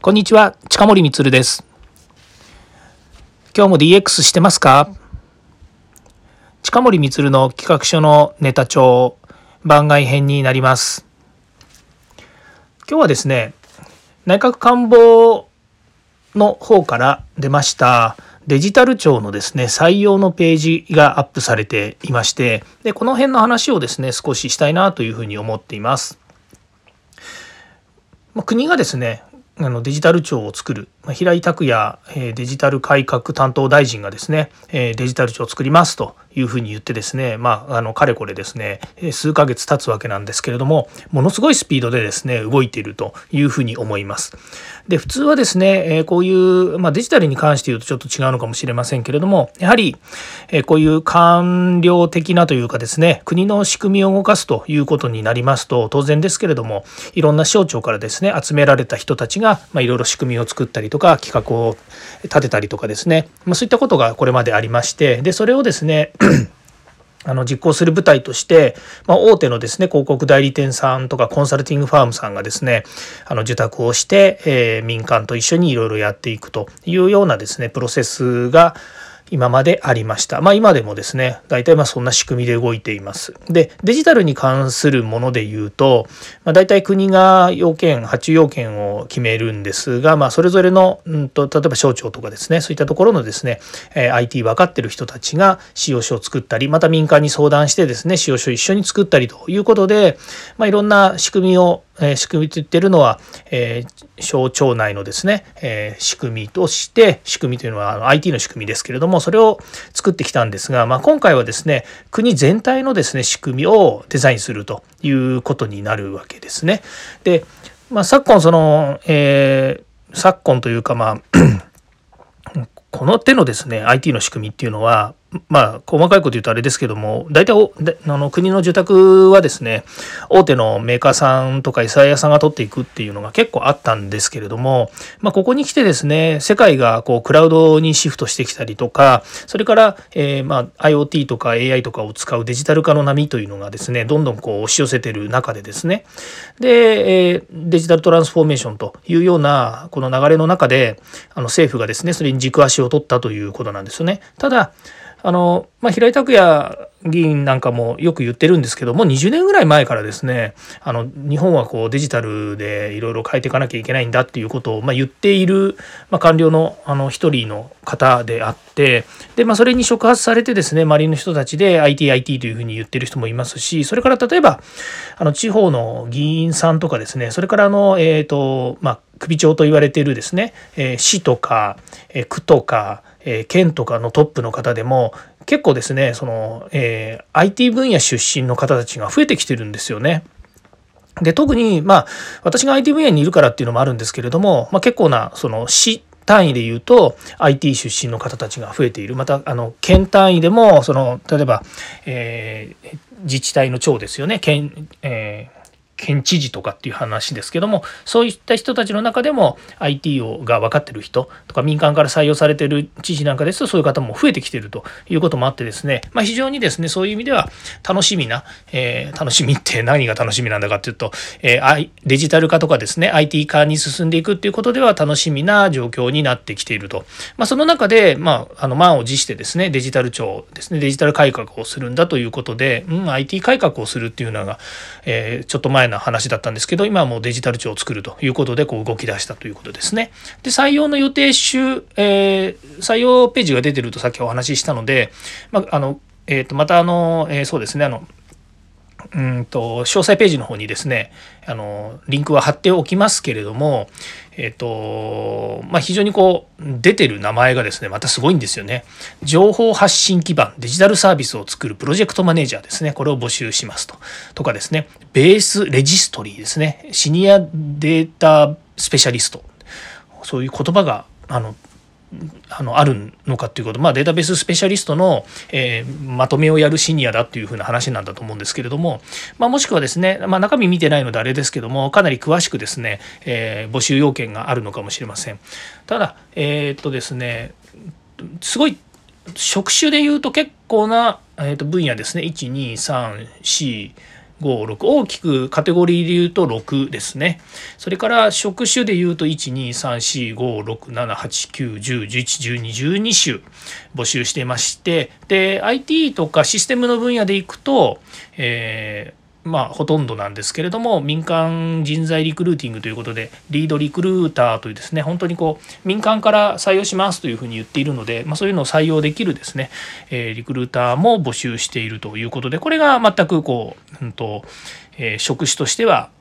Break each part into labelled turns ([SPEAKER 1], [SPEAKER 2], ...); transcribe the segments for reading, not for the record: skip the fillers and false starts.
[SPEAKER 1] こんにちは、近森光です。今日も DX してますか？近森光の企画書のネタ帳番外編になります。今日はですね、内閣官房の方から出ましたデジタル庁のですね、採用のページがアップされていまして、でこの辺の話をですね、少ししたいなというふうに思っています。国がですね、デジタル庁を作る平井卓也デジタル改革担当大臣がですね、デジタル庁を作りますというふうに言ってですね、かれこれですね、数ヶ月経つわけなんですけれども、ものすごいスピードでですね、動いているというふうに思います。で、普通はですね、こういう、デジタルに関して言うとちょっと違うのかもしれませんけれども、やはりこういう官僚的なというかですね、国の仕組みを動かすということになりますと、当然ですけれども、いろんな省庁からですね、集められた人たちがいろいろ仕組みを作ったりとか、企画を立てたりとかですね、そういったことがこれまでありまして、でそれをですね実行する部隊として、大手のですね、広告代理店さんとかコンサルティングファームさんがですね、受託をして、民間と一緒にいろいろやっていくというようなですね、プロセスが今までありました。今でもですね、大体そんな仕組みで動いています。で、デジタルに関するもので言うと、大体国が発注要件を決めるんですが、それぞれの、例えば省庁とかですね、そういったところのですね、IT 分かってる人たちが仕様書を作ったり、また民間に相談してですね、仕様書を一緒に作ったりということで、いろんな仕組みと言ってるのは、省庁内のですね、仕組みとして、仕組みというのはIT の仕組みですけれども、それを作ってきたんですが、今回はですね、国全体のですね、仕組みをデザインするということになるわけですね。で、昨今というかこの手のですね IT の仕組みっていうのは細かいこと言うとあれですけども、大体国の受託はですね、大手のメーカーさんとか SI 屋さんが取っていくっていうのが結構あったんですけれども、ここに来てですね、世界がクラウドにシフトしてきたりとか、それから、IoT とか AI とかを使うデジタル化の波というのがですね、どんどん押し寄せてる中でですね、で、デジタルトランスフォーメーションというようなこの流れの中で政府がですね、それに軸足を取ったということなんですよね。ただ平井卓也議員なんかもよく言ってるんですけども、20年ぐらい前からですね、日本はデジタルでいろいろ変えていかなきゃいけないんだっていうことを言っている官僚の一人の方であって、でそれに触発されてですね、周りの人たちで IT というふうに言ってる人もいますし、それから例えば地方の議員さんとかですね、それから首長と言われているですね、市とか区とか県とかのトップの方でも結構ですね、IT 分野出身の方たちが増えてきてるんですよね。で、特に私が IT 分野にいるからっていうのもあるんですけれども、結構な市単位で言うと IT 出身の方たちが増えている。また県単位でも例えば、自治体の長ですよね、県知事とかっていう話ですけども、そういった人たちの中でも IT が分かってる人とか、民間から採用されてる知事なんかですと、そういう方も増えてきているということもあってですね、非常にですね、そういう意味では楽しみって何が楽しみなんだかっていうと、デジタル化とかですね、 IT 化に進んでいくっていうことでは楽しみな状況になってきていると。その中で満を持してですね、デジタル庁ですね、デジタル改革をするんだということで、IT 改革をするっていうのが、ちょっと前の話だったんですけど、今はもうデジタル庁を作るということで動き出したということですね。で、採用の予定採用ページが出てるとさっきお話ししたので、またそうですね、詳細ページの方にですね、リンクは貼っておきますけれども、非常に出てる名前がですね、またすごいんですよね。情報発信基盤デジタルサービスを作るプロジェクトマネージャーですね、これを募集しますとかですね、ベースレジストリーですね、シニアデータスペシャリスト、そういう言葉があるのかということ、データベーススペシャリストの、まとめをやるシニアだっていうふうな話なんだと思うんですけれども、もしくはですね、中身見てないのであれですけども、かなり詳しくですね、募集要件があるのかもしれません。ただですね、すごい職種でいうと結構な、分野ですね。1、2、3、4 5、6大きくカテゴリーで言うと6ですね。それから職種で言うと1,2,3,4,5,6,7,8,9,10,11,12,12種募集していまして、で IT とかシステムの分野でいくと、ほとんどなんですけれども、民間人材リクルーティングということでリードリクルーターというですね、本当に民間から採用しますというふうに言っているので、そういうのを採用できるですね、リクルーターも募集しているということで、これが全く職種としては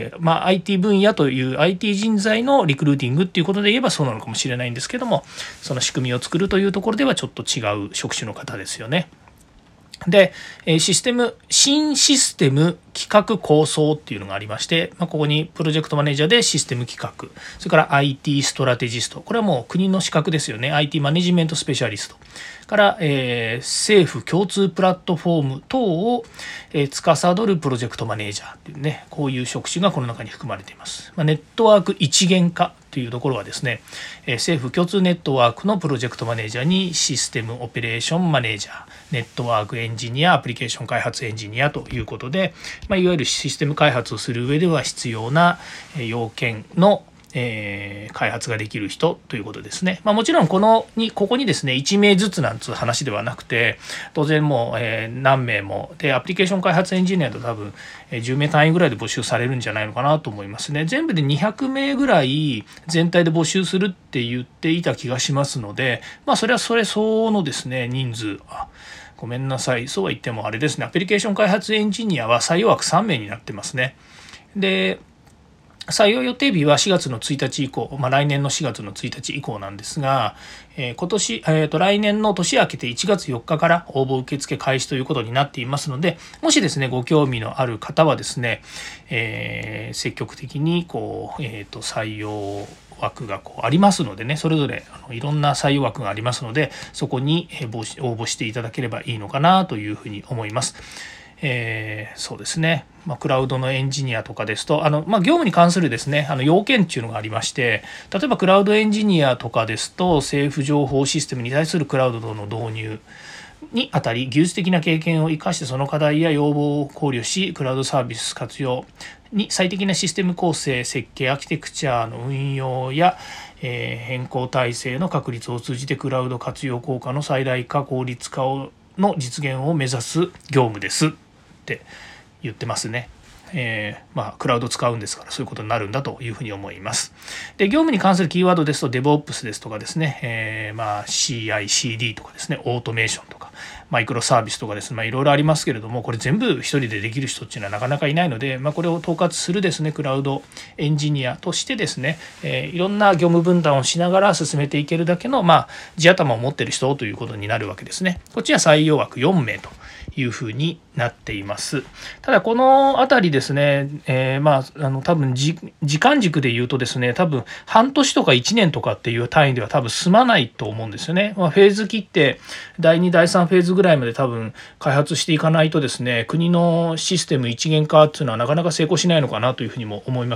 [SPEAKER 1] IT 分野という IT 人材のリクルーティングっていうことで言えばそうなのかもしれないんですけども、その仕組みを作るというところではちょっと違う職種の方ですよね。で、新システム企画構想っていうのがありまして、ここにプロジェクトマネージャーでシステム企画、それから IT ストラテジスト、これはもう国の資格ですよね。 IT マネジメントスペシャリストから、政府共通プラットフォーム等を、司るプロジェクトマネージャーっていうね、こういう職種がこの中に含まれています。ネットワーク一元化というところはですね、政府共通ネットワークのプロジェクトマネージャーにシステムオペレーションマネージャー、ネットワークエンジニア、アプリケーション開発エンジニアということで、いわゆるシステム開発をする上では必要な要件の開発ができる人ということですね。もちろんここにですね1名ずつなんつう話ではなくて、当然もう何名もで、アプリケーション開発エンジニアと多分10名単位ぐらいで募集されるんじゃないのかなと思いますね。全部で200名ぐらい全体で募集するって言っていた気がしますので、それはそれ相応のですね人数、ごめんなさい、そうは言ってもあれですね、アプリケーション開発エンジニアは採用枠3名になってますね。で採用予定日は4月の1日以降、来年の4月の1日以降なんですが、来年の年明けて1月4日から応募受付開始ということになっていますので、もしですねご興味のある方はですね、積極的に採用枠がありますのでね、それぞれいろんな採用枠がありますので、そこに応募していただければいいのかなというふうに思います。そうですね、クラウドのエンジニアとかですと業務に関するですね要件っていうのがありまして、例えばクラウドエンジニアとかですと、政府情報システムに対するクラウドの導入にあたり技術的な経験を生かして、その課題や要望を考慮し、クラウドサービス活用に最適なシステム構成、設計、アーキテクチャの運用や変更体制の確立を通じてクラウド活用効果の最大化、効率化の実現を目指す業務ですって言ってますね。クラウド使うんですからそういうことになるんだというふうに思います。で、業務に関するキーワードですと DevOps ですとかですね、CI/CD とかですね、オートメーションとかマイクロサービスとかですね、いろいろありますけれども、これ全部一人でできる人っていうのはなかなかいないので、これを統括するですねクラウドエンジニアとしてですね、いろんな業務分担をしながら進めていけるだけの地頭を持っている人ということになるわけですね。こっちは採用枠4名というふうになっています。ただこのあたりですね、多分時間軸で言うとですね、多分半年とか1年とかっていう単位では多分済まないと思うんですよね。フェーズ切って第2第3フェーズぐらいまで多分開発していかないとですね、国のシステム一元化っていうのはなかなか成功しないのかなというふうにも思います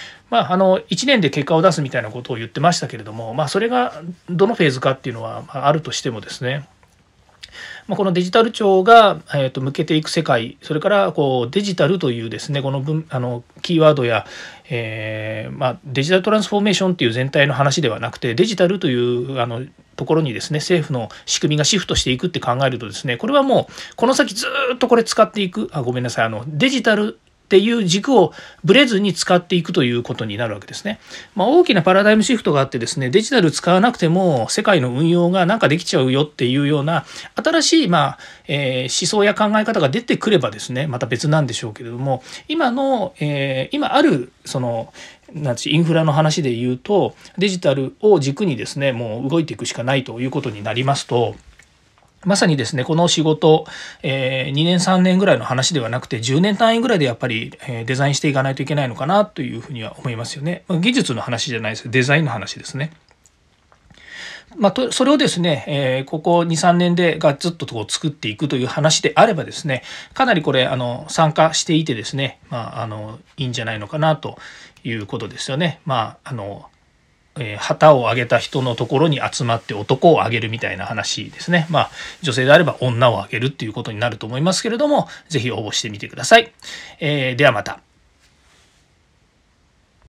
[SPEAKER 1] 。1年で結果を出すみたいなことを言ってましたけれども、それがどのフェーズかっていうのはあるとしてもですね、このデジタル庁が向けていく世界、それからデジタルというですねこのキーワードや、デジタルトランスフォーメーションという全体の話ではなくて、デジタルというところにですね政府の仕組みがシフトしていくって考えるとですね、これはもうこの先ずっとこれ使っていく、ごめんなさい、デジタルっていう軸をブレずに使っていくということになるわけですね。大きなパラダイムシフトがあってですね、デジタル使わなくても世界の運用がなんかできちゃうよっていうような新しい思想や考え方が出てくればですね、また別なんでしょうけれども、今あるインフラの話で言うと、デジタルを軸にですねもう動いていくしかないということになりますと、まさにですねこの仕事、2年3年ぐらいの話ではなくて10年単位ぐらいでやっぱりデザインしていかないといけないのかなというふうには思いますよね。技術の話じゃないですけどデザインの話ですね。それをですね、ここ 2,3 年でガツッと作っていくという話であればですね、かなりこれ参加していてですね、いいんじゃないのかなということですよね。 旗を上げた人のところに集まって男をあげるみたいな話ですね。女性であれば女をあげるっていうことになると思いますけれども、ぜひ応募してみてください。ではまた。